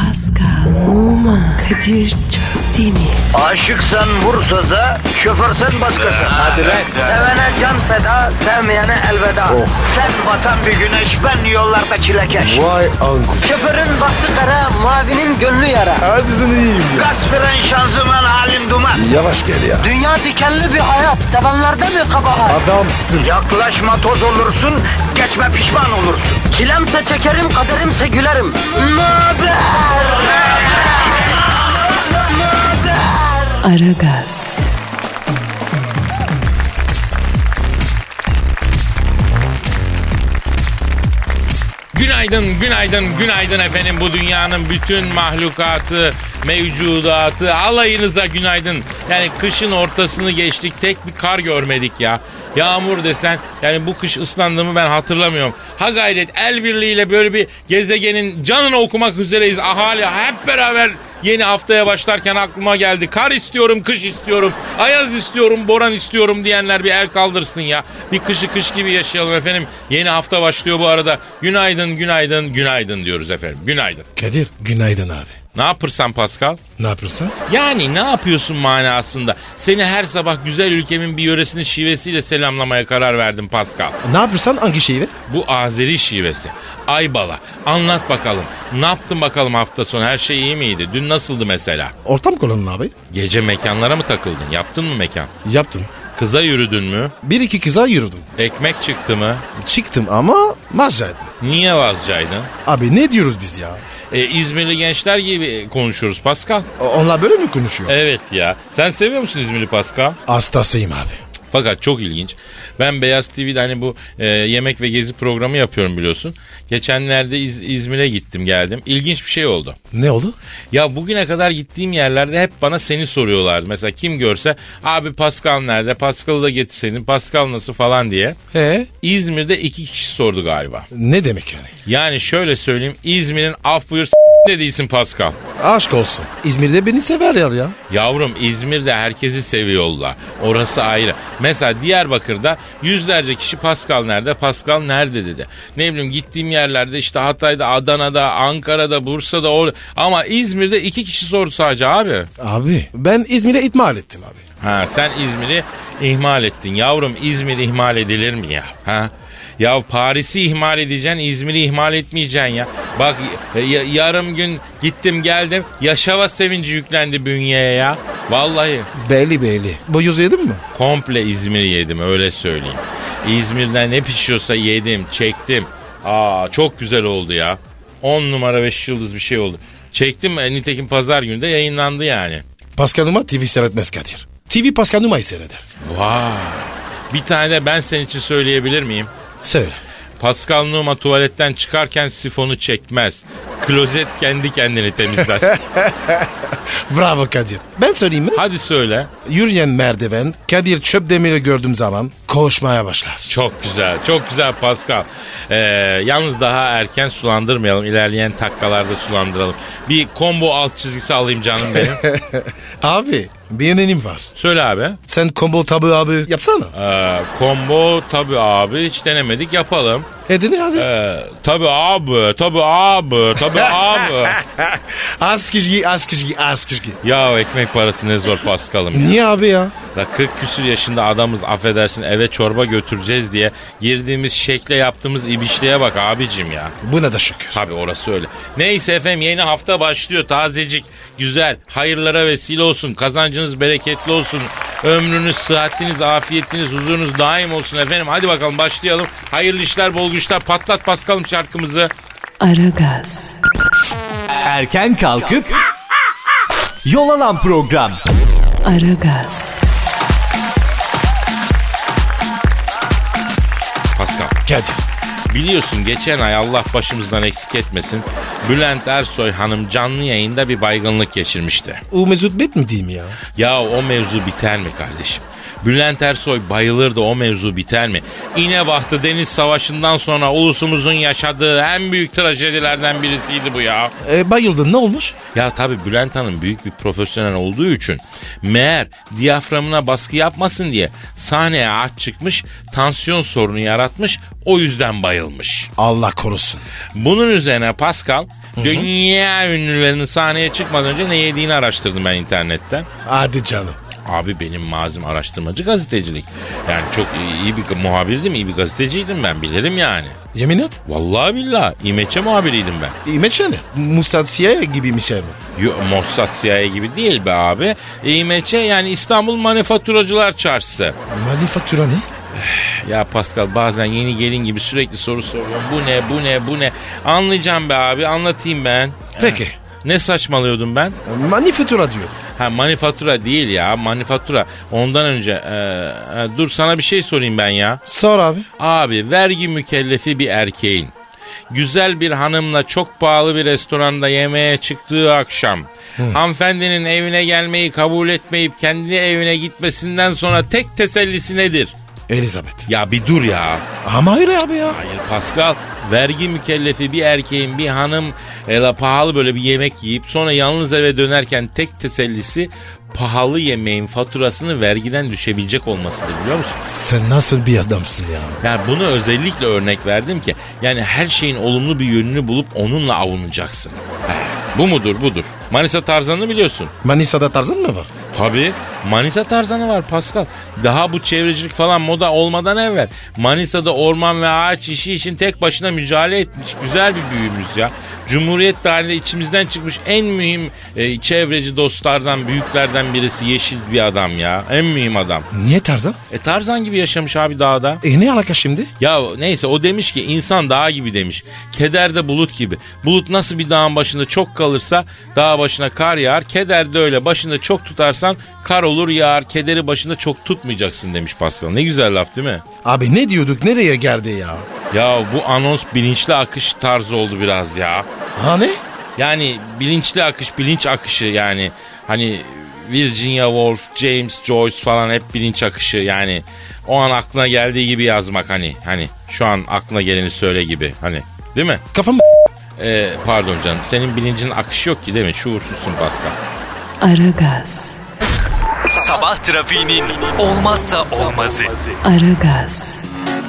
Pascal, Oman, Kadir çok değil mi? Aşıksan vursa da, şoförsen başkasın. Hadi lan. Sevene can feda, sevmeyene elveda. Sen batan bir güneş, ben yollarda çilekeş. Vay anku. Şoförün baktı kara, mavinin gönlü yara. Hadi sen iyiyim ya. Kasperen şanzıman halin duman. Yavaş gel ya. Dünya dikenli bir hayat, sevenlerde mi kabahar? Adamsın. Yaklaşma toz olursun, geçme pişman olursun. Çilemse çekerim, kaderimse gülerim. Möber! Aragaz. Günaydın, günaydın, günaydın efendim. Bu dünyanın bütün mahlukatı, mevcudatı, alayınıza günaydın. Yani kışın ortasını geçtik, tek bir kar görmedik ya. Yağmur desen, yani bu kış ıslandığımı ben hatırlamıyorum. Ha gayret, el birliğiyle böyle bir gezegenin canını okumak üzereyiz. Ahali hep beraber yeni haftaya başlarken aklıma geldi. Kar istiyorum, kış istiyorum, ayaz istiyorum, boran istiyorum diyenler bir el kaldırsın ya. Bir kışı kış gibi yaşayalım efendim. Yeni hafta başlıyor bu arada. Günaydın, günaydın, günaydın diyoruz efendim. Günaydın. Kadir günaydın abi. Ne yapırsan Pascal? Ne yapıyorsun? Yani ne yapıyorsun manasında. Seni her sabah güzel ülkemin bir yöresinin şivesiyle selamlamaya karar verdim Pascal. Ne yapıyorsun, hangi şive? Bu Azeri şivesi. Aybala. Anlat bakalım. Ne yaptın bakalım hafta sonu? Her şey iyi miydi? Dün nasıldı mesela? Ortam kullanın abi. Gece mekanlara mı takıldın? Yaptın mı mekan? Yaptım. Kıza yürüdün mü? Bir iki kıza yürüdüm. Ekmek çıktı mı? Çıktım ama mazcaydım. Niye vazcaydın? Abi ne diyoruz biz ya? İzmirli gençler gibi konuşuyoruz Pascal. Onlar böyle mi konuşuyor? Evet ya. Sen seviyor musun İzmirli Pascal? Hastasıyım abi. Fakat çok ilginç. Ben Beyaz TV'de hani bu yemek ve gezi programı yapıyorum biliyorsun. Geçenlerde İzmir'e gittim geldim. İlginç bir şey oldu. Ne oldu? Ya bugüne kadar gittiğim yerlerde hep bana seni soruyorlardı. Mesela kim görse abi Pascal nerede? Pascal'ı da getirseydin. Pascal nasıl falan diye. İzmir'de 2 kişi sordu galiba. Ne demek yani? Yani şöyle söyleyeyim. İzmir'in af buyur ne değilsin Pascal. Aşk olsun. İzmir'de beni severler ya. Yavrum İzmir'de herkesi seviyorlar. Orası ayrı. Mesela Diyarbakır'da yüzlerce kişi Pascal nerede? Pascal nerede dedi. Ne bileyim gittiğim yerlerde işte Hatay'da, Adana'da, Ankara'da, Bursa'da ama İzmir'de 2 kişi sordu sadece abi. Abi ben İzmir'e ihmal ettim abi. Ha sen İzmir'i ihmal ettin. Yavrum İzmir ihmal edilir mi ya? Ha? Ya Paris'i ihmal edeceksin, İzmir'i ihmal etmeyeceksin ya. Bak yarım gün gittim geldim, yaşava sevinci yüklendi bünyeye ya. Vallahi. Belli. Boyoz yedin mi? Komple İzmir'i yedim öyle söyleyeyim. İzmir'den ne pişiyorsa yedim, çektim. Çok güzel oldu ya. 10 numara 5 yıldız bir şey oldu. Çektim nitekim pazar günü de yayınlandı yani. Pascal Numa TV seyretmez Kadir. TV Pascal Numa'yı seyreder. Vay. Bir tane de ben senin için söyleyebilir miyim? Söyle. Pascal Numa tuvaletten çıkarken sifonu çekmez. Klozet kendi kendini temizler. Bravo Kadir. Ben söyleyeyim mi? Hadi söyle. Yürüyen merdiven Kadir Çöpdemir'i gördüğüm zaman koşmaya başlar. Çok güzel. Çok güzel Pascal. Yalnız daha erken sulandırmayalım. İlerleyen dakikalarda sulandıralım. Bir combo alt çizgisi alayım canım benim. Abi bir önerim var. Söyle abi. Sen combo tabi abi yapsana. Combo tabi abi hiç denemedik yapalım. Dene hadi. Tabi abi. Az kişi. Ya ekmek parası ne zor Pascal'ım. Niye abi ya? La 40 küsür yaşında adamız affedersin eve çorba götüreceğiz diye girdiğimiz şekle yaptığımız ibişliğe bak abicim ya. Buna da şükür. Tabii orası öyle. Neyse efendim yeni hafta başlıyor tazecik güzel hayırlara vesile olsun kazancınız bereketli olsun ömrünüz sıhhatiniz afiyetiniz huzurunuz daim olsun efendim hadi bakalım başlayalım hayırlı işler bol güçler patlat Pascal'ım şarkımızı. Aragaz. Erken kalkıp yol alan program. Aragaz. Pascal. Kadir. Biliyorsun geçen ay Allah başımızdan eksik etmesin Bülent Ersoy hanım canlı yayında bir baygınlık geçirmişti. O Mesut Bet mi diyeyim ya? Ya o mevzu biter mi kardeşim? Bülent Ersoy bayılırdı, o mevzu biter mi? İnebahtı Deniz Savaşı'ndan sonra ulusumuzun yaşadığı en büyük trajedilerden birisiydi bu ya. Bayıldın, ne olmuş? Ya tabii Bülent Hanım büyük bir profesyonel olduğu için meğer diyaframına baskı yapmasın diye sahneye aç çıkmış, tansiyon sorunu yaratmış, o yüzden bayılmış. Allah korusun. Bunun üzerine Pascal, dünya ünlülerinin sahneye çıkmadan önce ne yediğini araştırdım ben internetten. Hadi canım. Abi benim mazim araştırmacı gazetecilik. Yani çok iyi bir muhabirdim, iyi bir gazeteciydim ben, bilirim yani. Yemin et. Vallahi billahi İmeç'e muhabiriydim ben. İmeç'e ne? Mussad CIA gibi bir şey mi? Mossad CIA gibi değil be abi. İmeç'e yani İstanbul Manifaturacılar Çarşısı. Manifatura ne? Ya Pascal bazen yeni gelin gibi sürekli soru soruyorum. Bu ne? Anlayacağım be abi, anlatayım ben. Peki. Ne saçmalıyordum ben? Manifatura diyor. Ha, manifatura değil ya, manifatura. Ondan önce dur sana bir şey sorayım ben ya. Sor abi. Abi vergi mükellefi bir erkeğin güzel bir hanımla çok pahalı bir restoranda yemeğe çıktığı akşam hanımefendinin evine gelmeyi kabul etmeyip kendi evine gitmesinden sonra tek tesellisi nedir? Elizabeth. Ya bir dur ya. Ama öyle abi ya. Hayır Pascal, vergi mükellefi bir erkeğin bir hanım pahalı böyle bir yemek yiyip sonra yalnız eve dönerken tek tesellisi pahalı yemeğin faturasını vergiden düşebilecek olmasıdır, biliyor musun? Sen nasıl bir adamsın ya? Yani bunu özellikle örnek verdim ki yani her şeyin olumlu bir yönünü bulup onunla avunacaksın. Bu mudur budur. Manisa Tarzan'ı biliyorsun. Manisa'da Tarzan mı var? Tabii Manisa Tarzan'ı var Pascal. Daha bu çevrecilik falan moda olmadan evvel Manisa'da orman ve ağaç işi için tek başına mücadele etmiş güzel bir büyüğümüz ya. Cumhuriyet tarihinde içimizden çıkmış en mühim çevreci dostlardan, büyüklerden birisi, yeşil bir adam ya. En mühim adam. Niye Tarzan? Tarzan gibi yaşamış abi dağda. Ne alaka şimdi? Ya neyse, o demiş ki insan dağ gibi demiş. Keder de bulut gibi. Bulut nasıl bir dağın başında çok kalırsa dağ başına kar yağar. Keder de öyle, başında çok tutarsan kar olur yağar. Kederi başında çok tutmayacaksın demiş Pascal. Ne güzel laf değil mi? Abi ne diyorduk, nereye geldi ya? Ya bu anons bilinçli akış tarzı oldu biraz ya. Ha ne? Yani bilinçli akış, bilinç akışı yani. Hani Virginia Woolf, James Joyce falan hep bilinç akışı yani. O an aklına geldiği gibi yazmak hani. Hani şu an aklına geleni söyle gibi hani. Değil mi? Kafam... Pardon canım, senin bilincin akışı yok ki değil mi? Şuursuzsun Pascal. Aragaz. Sabah trafiğinin olmazsa olmazı. Aragaz.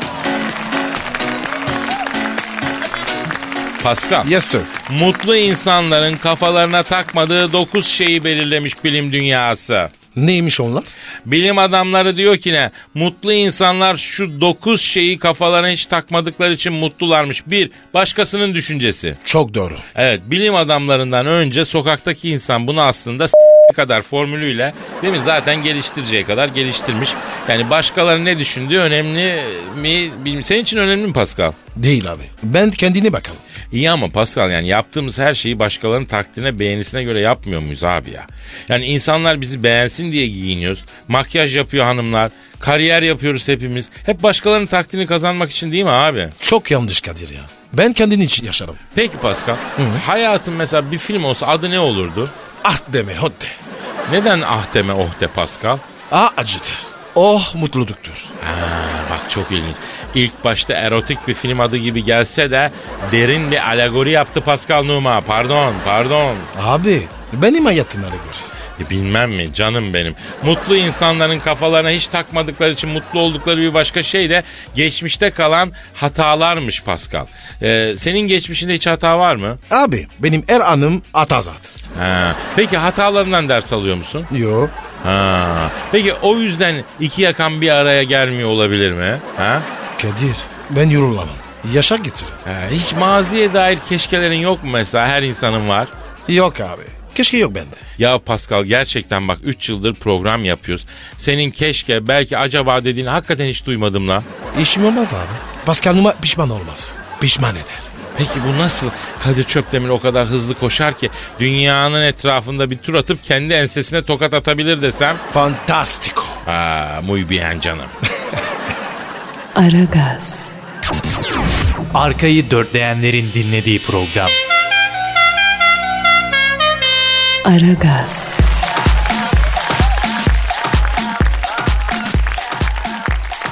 Pascal. Yes sir. Mutlu insanların kafalarına takmadığı 9 şeyi belirlemiş bilim dünyası. Neymiş onlar? Bilim adamları diyor ki ne? Mutlu insanlar şu 9 şeyi kafalarına hiç takmadıkları için mutlularmış. 1. Başkasının düşüncesi. Çok doğru. Evet, bilim adamlarından önce sokaktaki insan bunu aslında kadar formülüyle değil mi zaten geliştireceği kadar geliştirmiş. Yani başkaları ne düşündüğü önemli mi? Senin için önemli mi Pascal? Değil abi. Ben kendine bakalım. İyi ama Pascal yani yaptığımız her şeyi başkalarının takdirine, beğenisine göre yapmıyor muyuz abi ya? Yani insanlar bizi beğensin diye giyiniyoruz. Makyaj yapıyor hanımlar. Kariyer yapıyoruz hepimiz. Hep başkalarının takdirini kazanmak için değil mi abi? Çok yanlış Kadir ya. Ben kendin için yaşarım. Peki Pascal. Hayatın mesela bir film olsa adı ne olurdu? Ah deme hot de. Neden ah deme oh de Pascal? Ah acıdır. Oh mutluluktur. Bak çok ilginç. İlk başta erotik bir film adı gibi gelse de derin bir alegori yaptı Pascal Numa. Pardon. Abi benim hayatım alegori. Bilmem mi canım benim. Mutlu insanların kafalarına hiç takmadıkları için mutlu oldukları bir başka şey de geçmişte kalan hatalarmış Pascal. Senin geçmişinde hiç hata var mı? Abi benim her anım hata zaten. Peki hatalarından ders alıyor musun? Yok. Peki o yüzden iki yakan bir araya gelmiyor olabilir mi? Kadir ben yorulamam. Yaşa getir. Hiç maziye dair keşkelerin yok mu mesela? Her insanın var. Yok abi. Keşke yok bende. Ya Pascal gerçekten bak 3 yıldır program yapıyoruz. Senin keşke belki acaba dediğini hakikaten hiç duymadım la. İşim olmaz abi. Pascal Numa pişman olmaz. Pişman eder. Peki bu nasıl? Kadir Çöpdemir o kadar hızlı koşar ki dünyanın etrafında bir tur atıp kendi ensesine tokat atabilir desem? Fantastico. Muy bien canım. Aragaz. Arkayı dörtleyenlerin dinlediği program. Aragaz.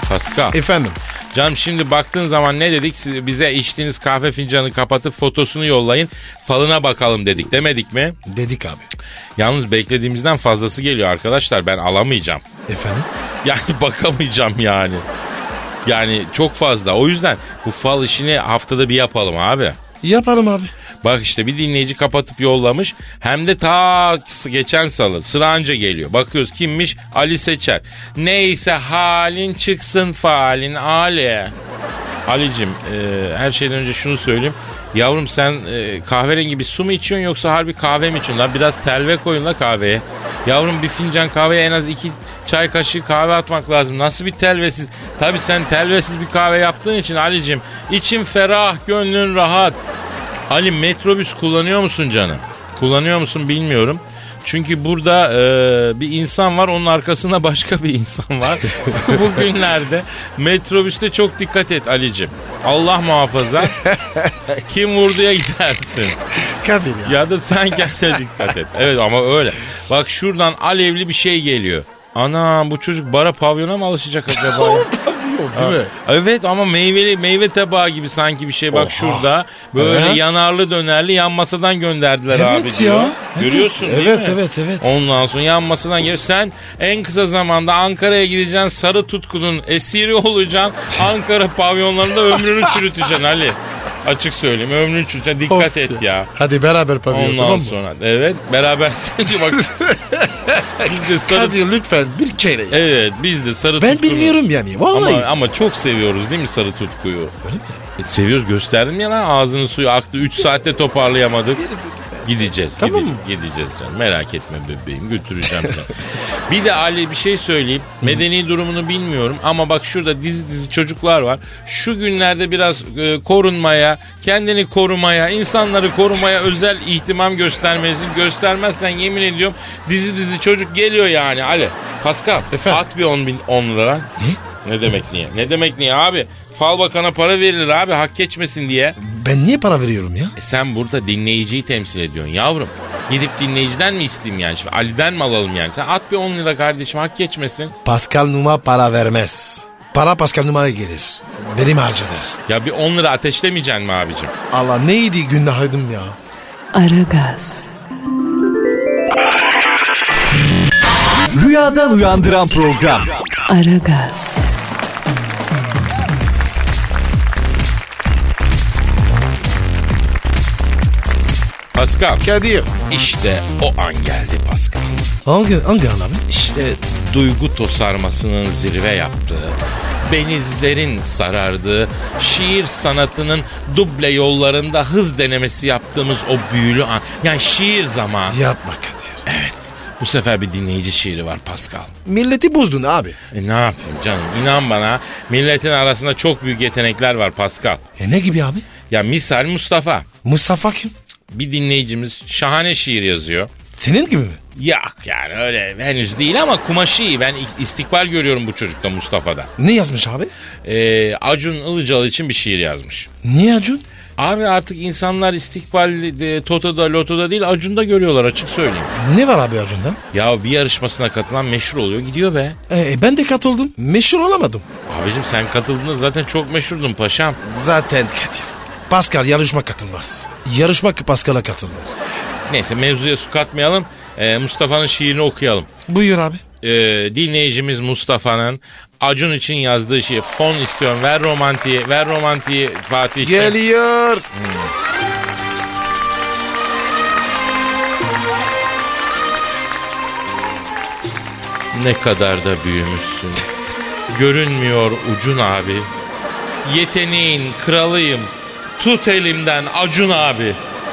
Pascal. Efendim. Canım şimdi baktığın zaman ne dedik? Bize içtiğiniz kahve fincanını kapatıp fotosunu yollayın. Falına bakalım dedik, demedik mi? Dedik abi. Yalnız beklediğimizden fazlası geliyor arkadaşlar. Ben alamayacağım. Efendim? Yani bakamayacağım yani. Yani çok fazla. O yüzden bu fal işini haftada bir yapalım abi. Yapalım abi. Bak işte bir dinleyici kapatıp yollamış. Hem de ta geçen salı. Sıra anca geliyor. Bakıyoruz kimmiş? Ali Seçer. Neyse halin çıksın falin Ali. Ali'cim her şeyden önce şunu söyleyeyim. Yavrum sen kahverengi bir su mu içiyorsun yoksa harbi kahve mi içiyorsun? Lan biraz telve koyun la kahveye. Yavrum bir fincan kahveye en az 2 çay kaşığı kahve atmak lazım. Nasıl bir telvesiz? Tabii sen telvesiz bir kahve yaptığın için Ali'cim için ferah, gönlün rahat. Ali metrobüs kullanıyor musun canım? Kullanıyor musun bilmiyorum. Çünkü burada bir insan var, onun arkasında başka bir insan var. Bugünlerde metrobüste çok dikkat et Ali'cim. Allah muhafaza. Kim vurduya gidersin. Kadir ya. Ya da sen kendine dikkat et. Evet ama öyle. Bak şuradan alevli bir şey geliyor. Ana bu çocuk bara pavyona mı alışacak acaba ya? Değil mi? Evet ama meyve tabağı gibi sanki bir şey. Bak şurada böyle yanarlı dönerli yan masadan gönderdiler evet abi ya. diyor. Evet. Görüyorsun değil mi? Evet. Ondan sonra yan masadan geliyor. Sen en kısa zamanda Ankara'ya gideceksin. Sarı tutkunun esiri olacaksın. Ankara pavyonlarında ömrünü çürüteceksin Ali. Açık söyleyeyim ömrünü çürüteceksin. Dikkat et ya. Hadi beraber pavyon. Ondan tamam sonra evet beraber bak biz de sarı Kadir lütfen bir kere. evet biz de sarı Ben tutkunu bilmiyorum yani vallahi. ama çok seviyoruz değil mi sarı tutkuyu? Öyle mi? Seviyoruz gösterdim ya lan ağzının suyu aktı 3 saatte toparlayamadık. Gideceğiz. Tamam mı? Gideceğiz canım. Merak etme bebeğim. Götüreceğim seni. Bir de Ali bir şey söyleyeyim. Medeni durumunu bilmiyorum ama bak şurada dizi çocuklar var. Şu günlerde biraz korunmaya, kendini korumaya, insanları korumaya özel ihtimam göstermelisin. Göstermezsen yemin ediyorum dizi çocuk geliyor yani Ali. Pascal Efendim? at bir 10 lira. Ne? Ne demek niye? Ne demek niye abi? Fal bakana para verilir abi hak geçmesin diye. Ben niye para veriyorum ya? Sen burada dinleyiciyi temsil ediyorsun yavrum. Gidip dinleyiciden mi isteyeyim yani? Şimdi Ali'den mi alalım yani? Sen at bir 10 lira kardeşim hak geçmesin. Pascal Numa para vermez. Para Pascal Numa'ya gelir. Benim harcadır. Ya bir 10 lira ateşlemeyeceksin mi abicim? Allah neydi günahıydım ya. Aragaz, Rüyadan uyandıran program. Aragaz, Pascal. Kadir. İşte o an geldi Pascal. Hangi an abi? İşte duygu tosarmasının zirve yaptığı, benizlerin sarardığı, şiir sanatının duble yollarında hız denemesi yaptığımız o büyülü an. Yani şiir zamanı. Yapma Kadir. Evet. Bu sefer bir dinleyici şiiri var Pascal. Milleti bozdun abi. Ne yapayım canım inan bana milletin arasında çok büyük yetenekler var Pascal. Ne gibi abi? Ya misal Mustafa. Mustafa kim? Bir dinleyicimiz şahane şiir yazıyor. Senin gibi mi? Yok yani öyle henüz değil ama kumaşı iyi. Ben istikbal görüyorum bu çocukta Mustafa'da. Ne yazmış abi? Acun Ilıcalı için bir şiir yazmış. Niye Acun? Abi artık insanlar istikbal Toto'da Loto'da değil Acun'da görüyorlar açık söyleyeyim. Ne var abi Acun'da? Ya bir yarışmasına katılan meşhur oluyor gidiyor be. Ben de katıldım. Meşhur olamadım. Abicim sen katıldığında zaten çok meşhurdun paşam. Zaten Kadir. Pascal yarışma katılmaz. Yarışma Pascal'a katılır. Neyse mevzuya su katmayalım. Mustafa'nın şiirini okuyalım. Buyur abi. Dinleyicimiz Mustafa'nın Acun için yazdığı şiir. Fon istiyorum. Ver romantiği Fatih'ciğim. Geliyor. Ne kadar da büyümüşsün. Görünmüyor ucun abi. Yeteneğin kralıyım. Tut elimden Acun abi.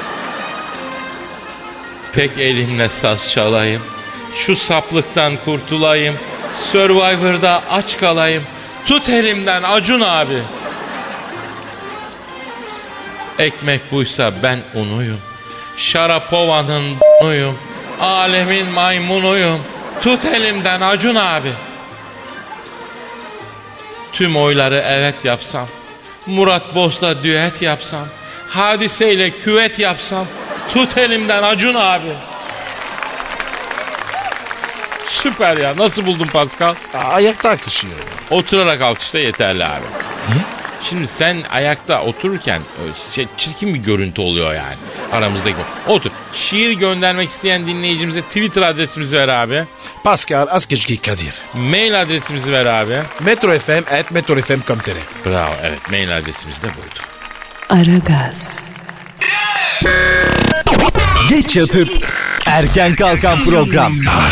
Tek elimle saz çalayım. Şu saplıktan kurtulayım. Survivor'da aç kalayım. Tut elimden Acun abi. Ekmek buysa ben unuyum. Şarapova'nın b***uyum. Alemin maymunuyum. Tut elimden Acun abi. Tüm oyları evet yapsam. Murat Boz'la düet yapsam. Hadiseyle küvet yapsam. Tut elimden Acun abi. Süper ya. Nasıl buldun Pascal? Ayakta akışıyor. Oturarak alkışla yeterli abi. Niye? Şimdi sen ayakta otururken çirkin bir görüntü oluyor yani. Aramızdaki. Otur. Şiir göndermek isteyen dinleyicimize Twitter adresimizi ver abi. Pascal Askışki Kadir. Mail adresimizi ver abi. metrofm@metrofm.com.tr. Bravo, evet, mail adresimiz de buydu. Aragaz, Geç yatıp erken kalkan program.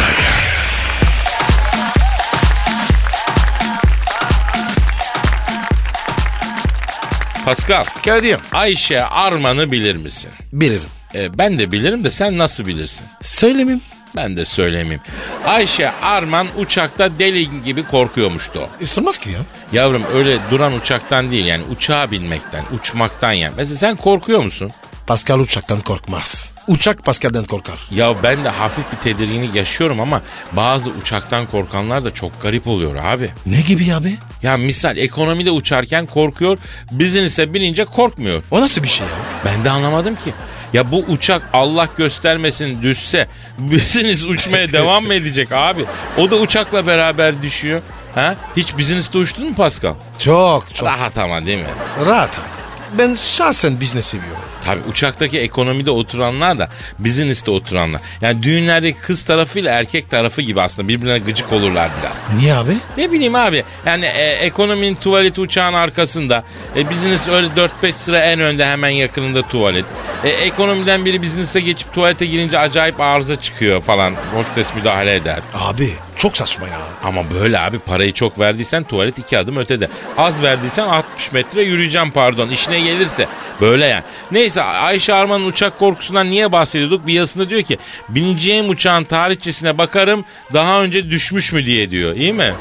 Pascal, Kadir. Ayşe Arman'ı bilir misin? Bilirim. Ben de bilirim de sen nasıl bilirsin? Söylemeyeyim. Ben de söylemeyeyim. Ayşe Arman uçakta deli gibi korkuyormuştu. Isırmaz ki ya. Yavrum öyle duran uçaktan değil, yani uçağa binmekten, uçmaktan yani. Mesela sen korkuyor musun? Pascal uçaktan korkmaz. Uçak Pascal'den korkar. Ya ben de hafif bir tedirginlik yaşıyorum ama bazı uçaktan korkanlar da çok garip oluyor abi. Ne gibi abi? Ya misal ekonomide uçarken korkuyor, business'e binince korkmuyor. O nasıl bir şey ya? Ben de anlamadım ki. Ya bu uçak Allah göstermesin düşse business uçmaya devam mı edecek abi? O da uçakla beraber düşüyor. Ha? Hiç business'te uçtun mu Pascal? Çok. Rahat ama değil mi? Rahat abi. Ben şahsen business seviyorum. Tabii uçaktaki ekonomide oturanlar da business'te oturanlar. Yani düğünlerdeki kız tarafıyla erkek tarafı gibi aslında birbirine gıcık olurlar biraz. Niye abi? Ne bileyim abi, yani ekonominin tuvaleti uçağın arkasında, business öyle 4-5 sıra en önde, hemen yakınında tuvalet. Ekonomiden biri business'e geçip tuvalete girince acayip arıza çıkıyor falan, hostes müdahale eder. Abi çok saçma ya. Ama böyle abi, parayı çok verdiysen tuvalet 2 adım ötede. Az verdiysen 60 metre yürüyeceğim, pardon, işine gelirse. Böyle yani. Neyse, Ayşe Arman'ın uçak korkusundan niye bahsediyorduk? Bir yazısında diyor ki bineceğim uçağın tarihçesine bakarım daha önce düşmüş mü diye diyor. İyi mi?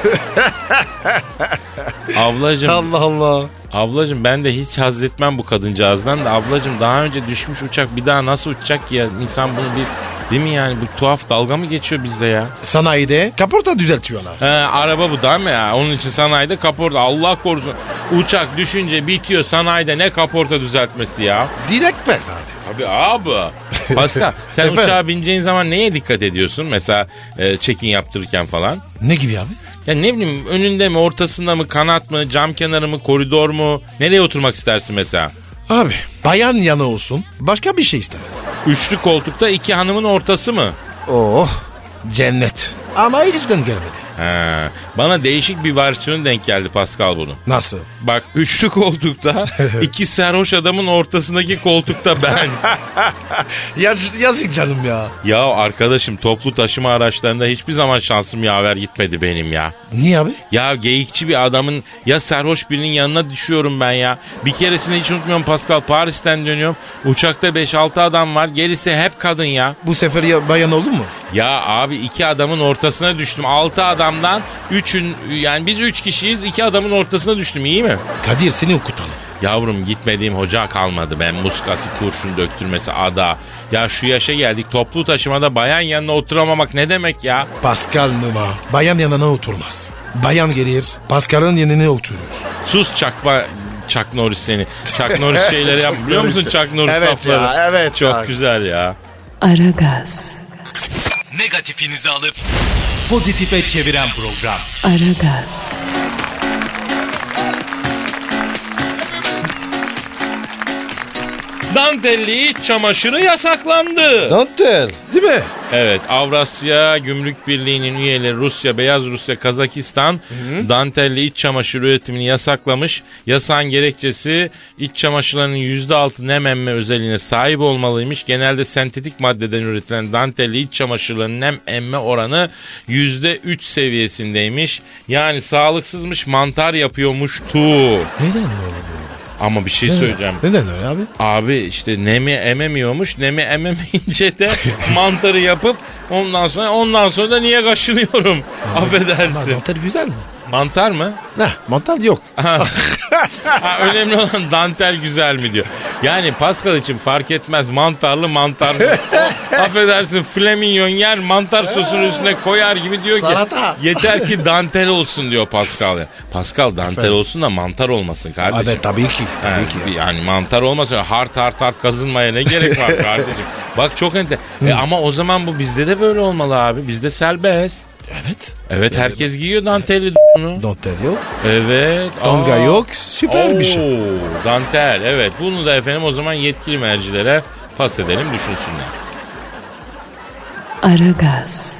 Ablacığım. Allah Allah. Ablacığım ben de hiç haz etmem bu kadıncağızdan da, ablacığım daha önce düşmüş uçak bir daha nasıl uçacak ki ya? İnsan bunu bir, değil mi yani, bu tuhaf dalga mı geçiyor bizde ya? Sanayide kaporta düzeltiyorlar. Araba bu değil mi ya? Onun için sanayide kaporta, Allah korusun. Uçak düşünce bitiyor, sanayide ne kaporta düzeltmesi ya? Direkt pert abi. Abi abi. Pascal sen Efendim? uçağa bineceğin zaman neye dikkat ediyorsun? Mesela check-in yaptırırken falan. Ne gibi abi? Ya ne bileyim, önünde mi, ortasında mı, kanat mı, cam kenarı mı, koridor mu? Nereye oturmak istersin mesela? Abi bayan yanı olsun, başka bir şey istemez. Üçlü koltukta 2 hanımın ortası mı? Oh cennet. Ama hiçten gelmedi. He, bana değişik bir versiyon denk geldi Pascal bunun. Nasıl? Bak, üçlü koltukta 2 sarhoş adamın ortasındaki koltukta ben. Yazık canım ya. Ya arkadaşım, toplu taşıma araçlarında hiçbir zaman şansım yaver gitmedi benim ya. Niye abi? Ya geyikçi bir adamın ya sarhoş birinin yanına düşüyorum ben ya. Bir keresinde hiç unutmuyorum Pascal, Paris'ten dönüyorum. Uçakta 5-6 adam var, gerisi hep kadın ya. Bu sefer ya bayan oldu mu? Ya abi 2 adamın ortasına düştüm. 6 adamdan 3'ün, yani biz 3 kişiyiz, 2 adamın ortasına düştüm, iyi mi? Kadir seni okutalım. Yavrum gitmediğim hoca kalmadı. Ben muskası, kurşun döktürmesi, ada. Ya şu yaşa geldik, toplu taşımada bayan yanına oturamamak ne demek ya? Pascal Numa bayan yanına oturmaz. Bayan gelir Pascal'ın yanına oturur. Sus çakma Chuck Norris seni. Chuck Norris şeyleri yap. Chuck Biliyor musun Norris. Chuck Norris Evet lafları? ya, evet Çok ya. güzel ya. Aragaz, Negatifinizi alıp pozitife çeviren program. Aragaz, Dantelli iç çamaşırı yasaklandı. Dantel değil mi? Evet, Avrasya Gümrük Birliği'nin üyeleri Rusya, Beyaz Rusya, Kazakistan dantelli iç çamaşır üretimini yasaklamış. Yasağın gerekçesi iç çamaşırlarının %6 nem emme özelliğine sahip olmalıymış. Genelde sentetik maddeden üretilen dantelli iç çamaşırlarının nem emme oranı %3 seviyesindeymiş. Yani sağlıksızmış, mantar yapıyormuştu. Neden böyle bu? Ama bir şey söyleyeceğim. Neden öyle abi? Abi işte nemi ememiyormuş. Nemi ememeyince de mantarı yapıp ondan sonra da niye kaşınıyorum? Ama Affedersin. mantar güzel mi? Mantar mı? Ne? Mantar yok. Aha. Önemli olan dantel güzel mi diyor. Yani Pascal için fark etmez mantarlı. Affedersin flamingon yer mantar sosunun üstüne koyar gibi diyor ki. Salata. Yeter ki dantel olsun diyor Pascal. Pascal dantel olsun da mantar olmasın kardeşim. Evet tabii ki. Yani mantar olmasın. Hart kazınmaya ne gerek var kardeşim. Bak çok ama o zaman bu bizde de böyle olmalı abi. Bizde serbest. Evet. Evet herkes giyiyor dantelli Dantel yok. Evet. Tonga yok. Süper bir şey. Dantel evet. Bunu da efendim o zaman yetkili mercilere pas edelim düşünsünler. Aragaz.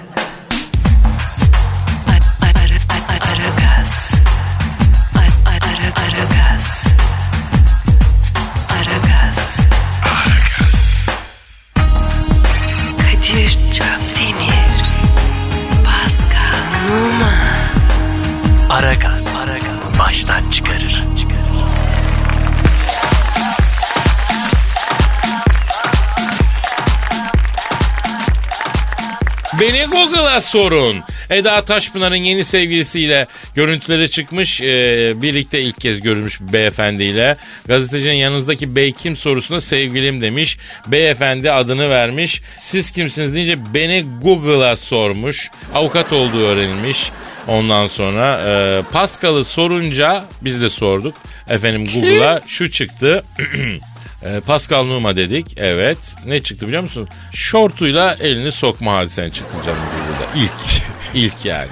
Kadir Çöpdemir, Pascal Numa. Aragaz. Baştan çıkarır. Beni Google'a sorun. Eda Taşpınar'ın yeni sevgilisiyle görüntüleri çıkmış. Birlikte ilk kez görülmüş bir beyefendiyle. Gazetecinin yanınızdaki bey kim sorusuna sevgilim demiş. Beyefendi adını vermiş. Siz kimsiniz deyince beni Google'a sormuş. Avukat olduğu öğrenilmiş. Ondan sonra Pascal'ı sorunca biz de sorduk. Efendim Google'a şu çıktı. Pascal Numa dedik. Evet. Ne çıktı biliyor musun? Şortuyla elini sokma hadisen çıktı canım Google'da. İlk yani.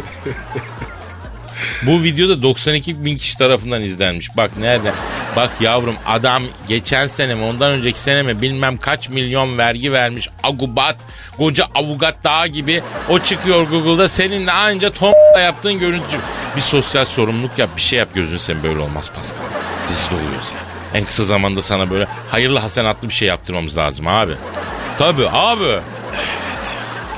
Bu videoda 92 bin kişi tarafından izlenmiş. Bak nerede? Bak yavrum adam geçen sene mi ondan önceki sene mi bilmem kaç milyon vergi vermiş. Agubat, koca avukat dağı gibi o çıkıyor Google'da. Senin de anca Tom'la yaptığın görüntü. Bir sosyal sorumluluk yap, bir şey yap gözünü sen böyle olmaz Pascal. Rezil oluyoruz ya. En kısa zamanda sana böyle hayırlı hasenatlı bir şey yaptırmamız lazım abi. Tabii abi. Evet.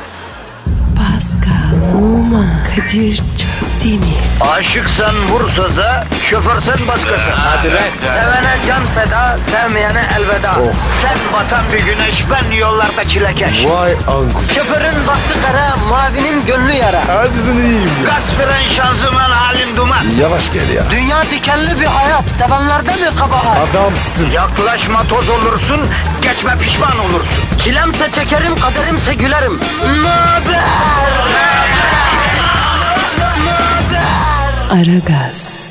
Pascal Numa. Kadir Çöpdemir. Aşıksan vursa da, şoförsen başkasın. Hadi lan. Sevene can feda, sevmeyene elveda. Sen batan bir güneş, ben yollarda çilekeş. Vay anku. Şoförün baktı kara, mavinin gönlü yara. Hadi sen iyiyim ya. Kasperen şanzıman halin duman. Yavaş gel ya. Dünya dikenli bir hayat, sevenlerde mi kabahar? Adamsın. Yaklaşma toz olursun, geçme pişman olursun. Çilemse çekerim, kaderimse gülerim. Möber! Aragaz.